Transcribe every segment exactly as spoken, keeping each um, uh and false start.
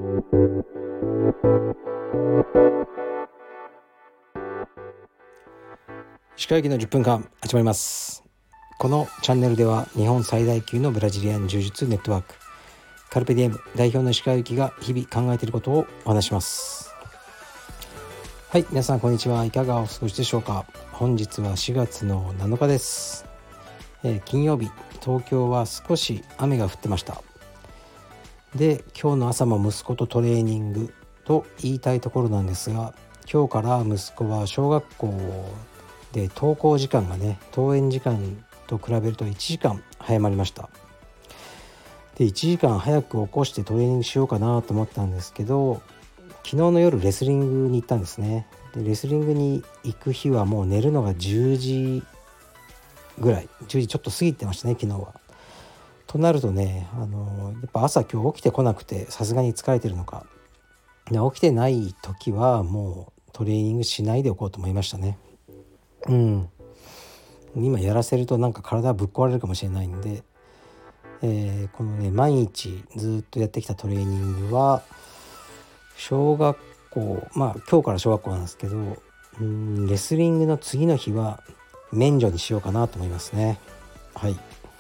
石川行きのじゅっぷんかん始まります。このチャンネルでは日本最大級のブラジリアン柔術ネットワークカルペディエム代表の石川行きが日々考えていることをお話します。はい、皆さんこんにちは。いかがお過ごしでしょうか。本日はしがつのなのかです、えー、金曜日。東京は少し雨が降ってました。で、今日の朝も息子とトレーニングと言いたいところなんですが、今日から息子は小学校で登校時間がね、登園時間と比べるといちじかん早まりました。で、いちじかん早く起こしてトレーニングしようかなと思ったんですけど、昨日の夜レスリングに行ったんですね。で、レスリングに行く日はもう寝るのがじゅうじぐらい、じゅうじちょっと過ぎてましたね、昨日は。となるとね、あのやっぱ朝今日起きてこなくて、さすがに疲れてるのか、で起きてない時はもうトレーニングしないでおこうと思いましたね。うん、今やらせるとなんか体ぶっ壊れるかもしれないんで、えー、このね毎日ずっとやってきたトレーニングは小学校、まあ今日から小学校なんですけど、うん、レスリングの次の日は免除にしようかなと思いますね。はい、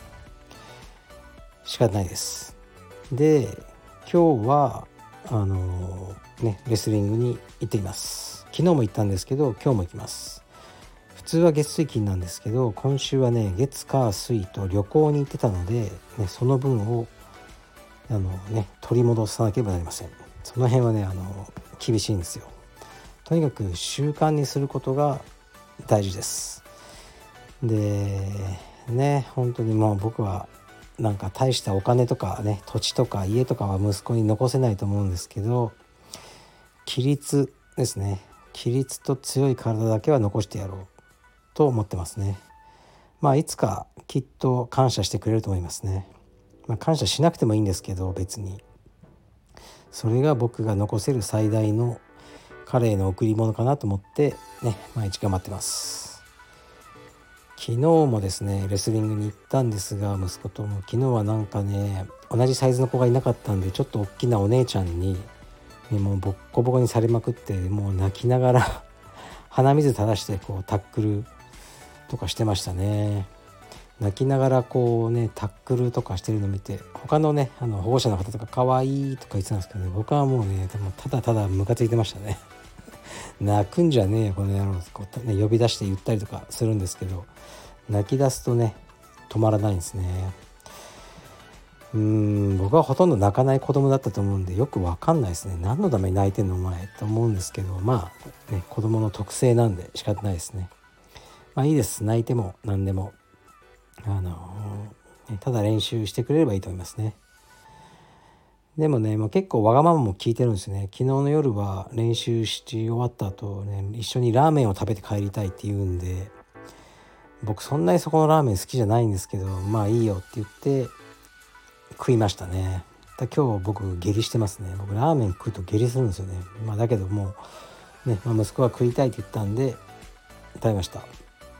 仕方ないです。で、今日はあのー、ねレスリングに行ってきます。昨日も行ったんですけど、今日も行きます。普通は月水金なんですけど、今週はね月火水と旅行に行ってたので、ね、その分をあの、ね、取り戻さなければなりません。その辺はねあの厳しいんですよ。とにかく習慣にすることが大事です。でね、本当にもう僕はなんか大したお金とかね、土地とか家とかは息子に残せないと思うんですけど、規律ですね。規律と強い体だけは残してやろうと思ってますね。まあいつかきっと感謝してくれると思いますね。まあ、感謝しなくてもいいんですけど、別にそれが僕が残せる最大の彼への贈り物かなと思ってね、毎日頑張ってます。昨日もですねレスリングに行ったんですが、息子とも昨日はなんかね同じサイズの子がいなかったんで、ちょっと大きなお姉ちゃんに、ね、もうボッコボコにされまくって、もう泣きながら鼻水垂らしてこうタックルとかしてましたね。泣きながらこうねタックルとかしてるのを見て、他のねあの保護者の方とか可愛いとか言ってたんですけどね、僕はもうねただただムカついてましたね。泣くんじゃねえよこの野郎、こう、ね、呼び出して言ったりとかするんですけど、泣き出すとね止まらないんですね。うーん僕はほとんど泣かない子供だったと思うんで、よくわかんないですね。何のために泣いてんのお前と思うんですけど、まあね子供の特性なんで仕方ないですね。まあいいです、泣いても何でもあのー、ただ練習してくれればいいと思いますね。でもね、もう結構わがままも聞いてるんですね。昨日の夜は練習し終わった後ね、一緒にラーメンを食べて帰りたいって言うんで、僕そんなにそこのラーメン好きじゃないんですけど、まあいいよって言って食いましたね。だ今日僕下痢してますね。僕ラーメン食うと下痢するんですよね。まあだけどもうね、まあ、息子は食いたいって言ったんで食べました。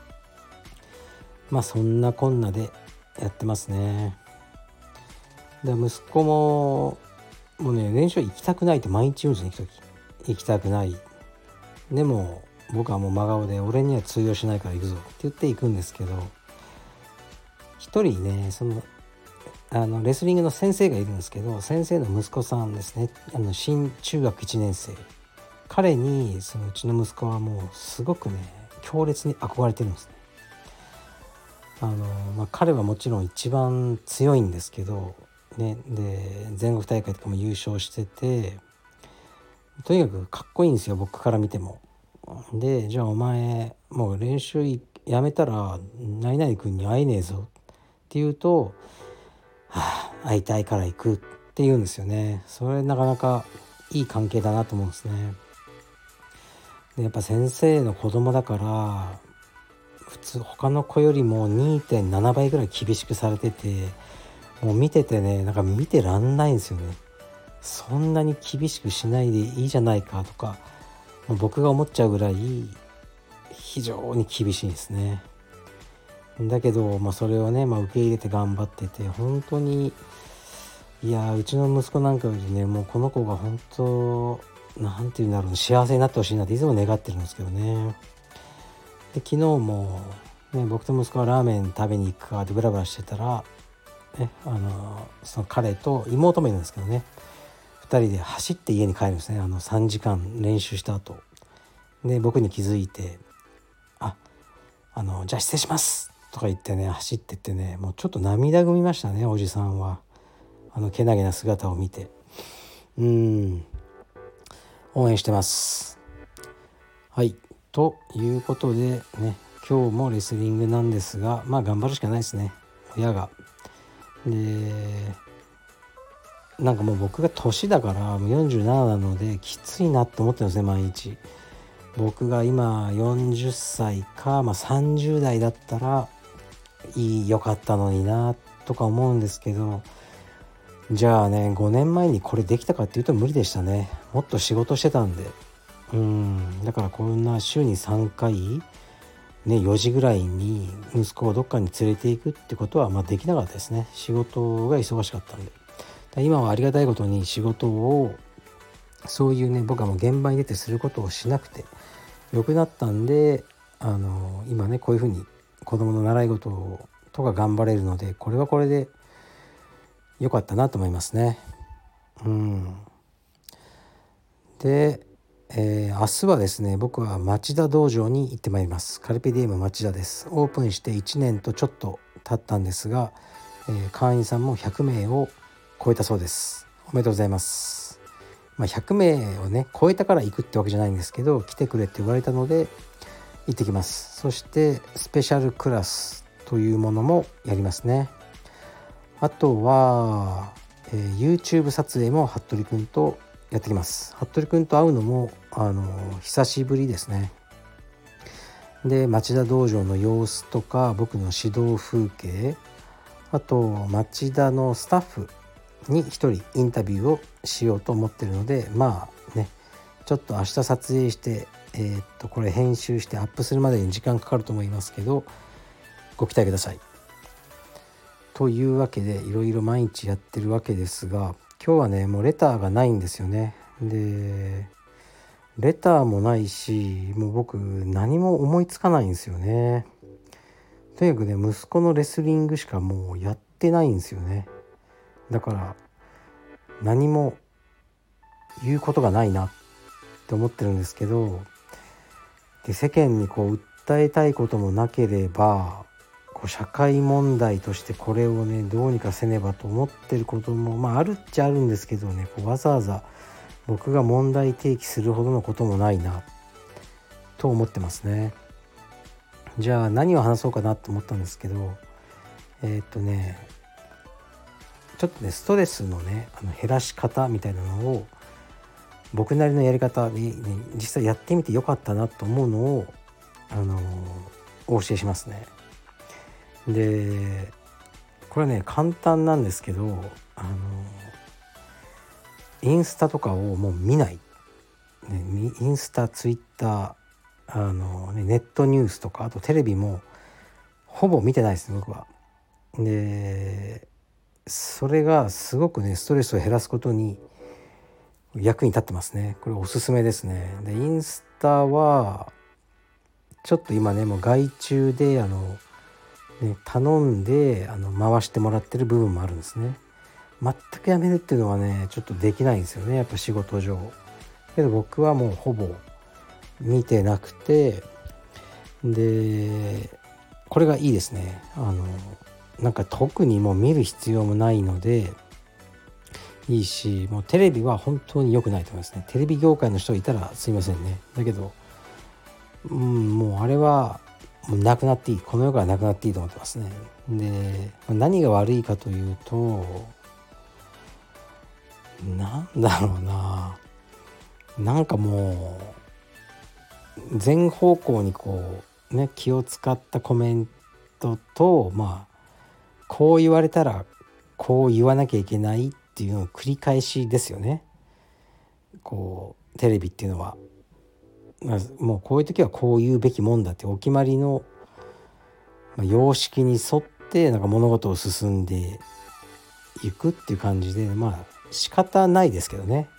まあそんなこんなでやってますね。で息子ももうね練習行きたくないって毎日言うんですね。行く時行きたくない。でも僕はもう真顔で、俺には通用しないから行くぞって言って行くんですけど、一人ねそのあのレスリングの先生がいるんですけど、先生の息子さんですね、あの新中学いちねん生、彼にそのうちの息子はもうすごくね強烈に憧れてるんですね。あの、まあ、彼はもちろん一番強いんですけどね、で全国大会とかも優勝してて、とにかくかっこいいんですよ、僕から見ても。で、じゃあお前もう練習やめたら何々君に会えねえぞって言うと、はあ、会いたいから行くって言うんですよね。それなかなかいい関係だなと思うんですね。でやっぱ先生の子供だから、普通他の子よりも にてんなな 倍ぐらい厳しくされてて、もう見ててねなんか見てらんないんですよね。そんなに厳しくしないでいいじゃないかとか、もう僕が思っちゃうぐらい非常に厳しいですね。だけど、まあ、それをね、まあ、受け入れて頑張ってて、本当にいやうちの息子なんかよりねもうこの子が本当なんていうんだろう、幸せになってほしいなっていつも願ってるんですけどね。で昨日も、ね、僕と息子はラーメン食べに行くかでブラブラしてたら、ね、あのその彼と妹もいるんですけどね、ふたりで走って家に帰るんですね。あのさんじかん練習した後で僕に気づいて、ああのじゃあ失礼しますとか言ってね走ってってね、もうちょっと涙ぐみましたね。おじさんはあのけなげな姿を見て、うーん応援してます。はいということでね、今日もレスリングなんですが、まあ頑張るしかないですね。親がでなんかもう僕が年だからもうよんじゅうなななのできついなと思ってるんですね。毎日僕が今よんじゅっさいか、まあ、さんじゅう代だったらいい良かったのになとか思うんですけど、じゃあねごねんまえにこれできたかっていうと無理でしたね。もっと仕事してたんで、うんだからこんな週にさんかいねよじぐらいに息子をどっかに連れていくってことはまあできなかったですね。仕事が忙しかったんで。今はありがたいことに仕事をそういうね僕はもう現場に出てすることをしなくて良くなったんで、あの今ねこういうふうに子供の習い事とか頑張れるので、これはこれで良かったなと思いますね。うんで、えー明日はですね僕は町田道場に行ってまいります。カルペディエム町田です。オープンしていちねんとちょっと経ったんですが、えー会員さんもひゃくめいを超えたそうです。おめでとうございます。まあ、ひゃくめいをね超えたから行くってわけじゃないんですけど、来てくれって言われたので行ってきます。そしてスペシャルクラスというものもやりますね。あとは、えー YouTube 撮影も服部くんとやってきます。服部くんと会うのもあの久しぶりですね。で町田道場の様子とか僕の指導風景、あと町田のスタッフに一人インタビューをしようと思ってるので、まあねちょっと明日撮影して、えー、っとこれ編集してアップするまでに時間かかると思いますけど、ご期待ください。というわけでいろいろ毎日やってるわけですが、今日はねもうレターがないんですよね。でレターもないし、もう僕何も思いつかないんですよね。とにかくね息子のレスリングしかもうやってないんですよね。だから何も言うことがないなって思ってるんですけど、で世間にこう訴えたいこともなければ、こう社会問題としてこれをねどうにかせねばと思ってることもまああるっちゃあるんですけどね、こうわざわざ僕が問題提起するほどのこともないなと思ってますね。じゃあ何を話そうかなと思ったんですけど、えー、っとねちょっとねストレスのねあの減らし方みたいなのを僕なりのやり方で、ね、実際やってみてよかったなと思うのをあのお教えしますね。でこれね簡単なんですけど、あのインスタとかをもう見ない、ね、インスタツイッターあの、ね、ネットニュースとかあとテレビもほぼ見てないですね僕は。でそれがすごくねストレスを減らすことに役に立ってますね。これおすすめですね。でインスタはちょっと今ねもう外注であの、ね、頼んであの回してもらってる部分もあるんですね。全くやめるっていうのはねちょっとできないんですよね、やっぱ仕事上。けど僕はもうほぼ見てなくて、でこれがいいですね。あのなんか特にもう見る必要もないのでいいし、もうテレビは本当に良くないと思いますね。テレビ業界の人いたらすいませんね。だけど、うん、もうあれはもうなくなっていい、この世からなくなっていいと思ってますね。で何が悪いかというと、なんだろうな、なんかもう全方向にこうね気を使ったコメントと、まあこう言われたらこう言わなきゃいけないっていうのを繰り返しですよね。こうテレビっていうのは、まあ、もうこういう時はこう言うべきもんだってお決まりの、まあ、様式に沿ってなんか物事を進んでいくっていう感じで、まあ仕方ないですけどね。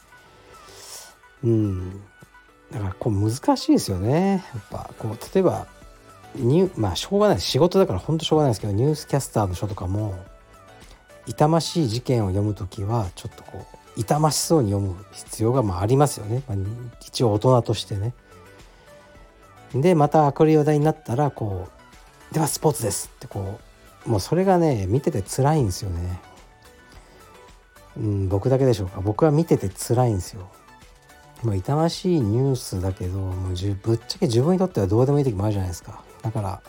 うんだからこう難しいですよね。やっぱこう例えばニュまあしょうがない仕事だから本当しょうがないですけど、ニュースキャスターの人とかも痛ましい事件を読むときはちょっとこう痛ましそうに読む必要がまあありますよね、まあ、一応大人としてね。でまた明るい話題になったらこうではスポーツですってこうもうそれがね見てて辛いんですよね。うん、僕だけでしょうか。僕は見てて辛いんですよ。もう痛ましいニュースだけどもうじゅぶっちゃけ自分にとってはどうでもいい時もあるじゃないですか。だから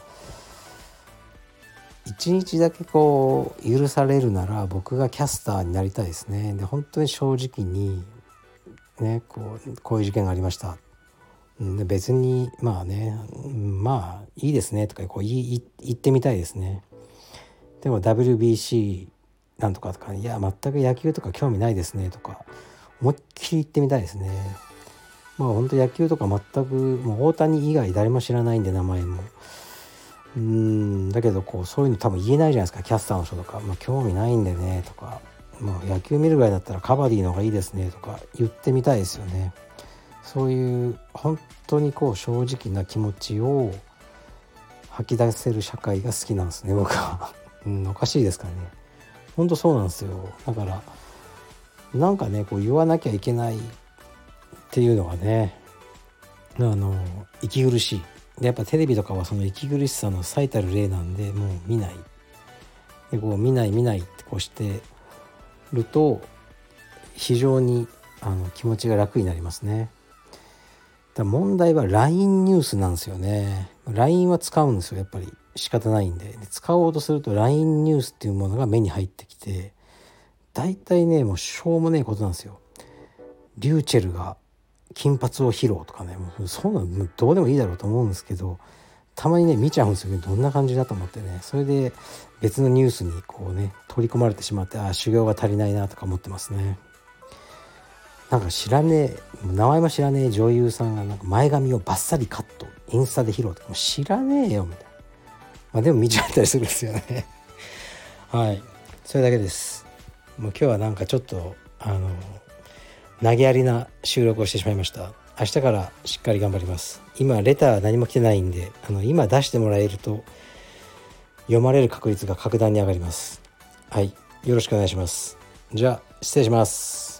一日だけこう許されるなら僕がキャスターになりたいですね。で本当に正直にねこうこういう事件がありました、で別にまあねまあいいですねとかこう言い言ってみたいですね。でも ダブリュービーシー なんとかとかいや全く野球とか興味ないですねとか思いっきり言ってみたいですね。まあ本当野球とか全くもう大谷以外誰も知らないんで名前もうーんだけどこうそういうの多分言えないじゃないですか。キャスターの人とか、まあ、興味ないんでねとか、まあ、野球見るぐらいだったらカバディの方がいいですねとか言ってみたいですよね。そういう本当にこう正直な気持ちを吐き出せる社会が好きなんですね僕は、うん、おかしいですからね。本当そうなんですよ。だからなんかねこう言わなきゃいけないっていうのがねあの息苦しい。でやっぱテレビとかはその息苦しさの最たる例なんでもう見ないでこう見ない見ないってこうしてると非常にあの気持ちが楽になりますね。だ問題は ライン ニュースなんですよね。 ライン は使うんですよやっぱり仕方ないん で, で使おうとすると ライン ニュースっていうものが目に入ってきて大体ねもうしょうもねえことなんですよ。リューチェルが金髪を披露とかねもうそんなのどうでもいいだろうと思うんですけどたまにね見ちゃうんですよね。どんな感じだと思ってね。それで別のニュースにこうね取り込まれてしまってあ修行が足りないなとか思ってますね。なんか知らねえ名前も知らねえ女優さんがなんか前髪をバッサリカットインスタで披露とかも知らねえよみたいな、まあ、でも見ちゃったりするんですよねはいそれだけです。もう今日はなんかちょっとあの投げやりな収録をしてしまいました。明日からしっかり頑張ります。今レター何も来てないんであの今出してもらえると読まれる確率が格段に上がります。はいよろしくお願いします。じゃあ失礼します。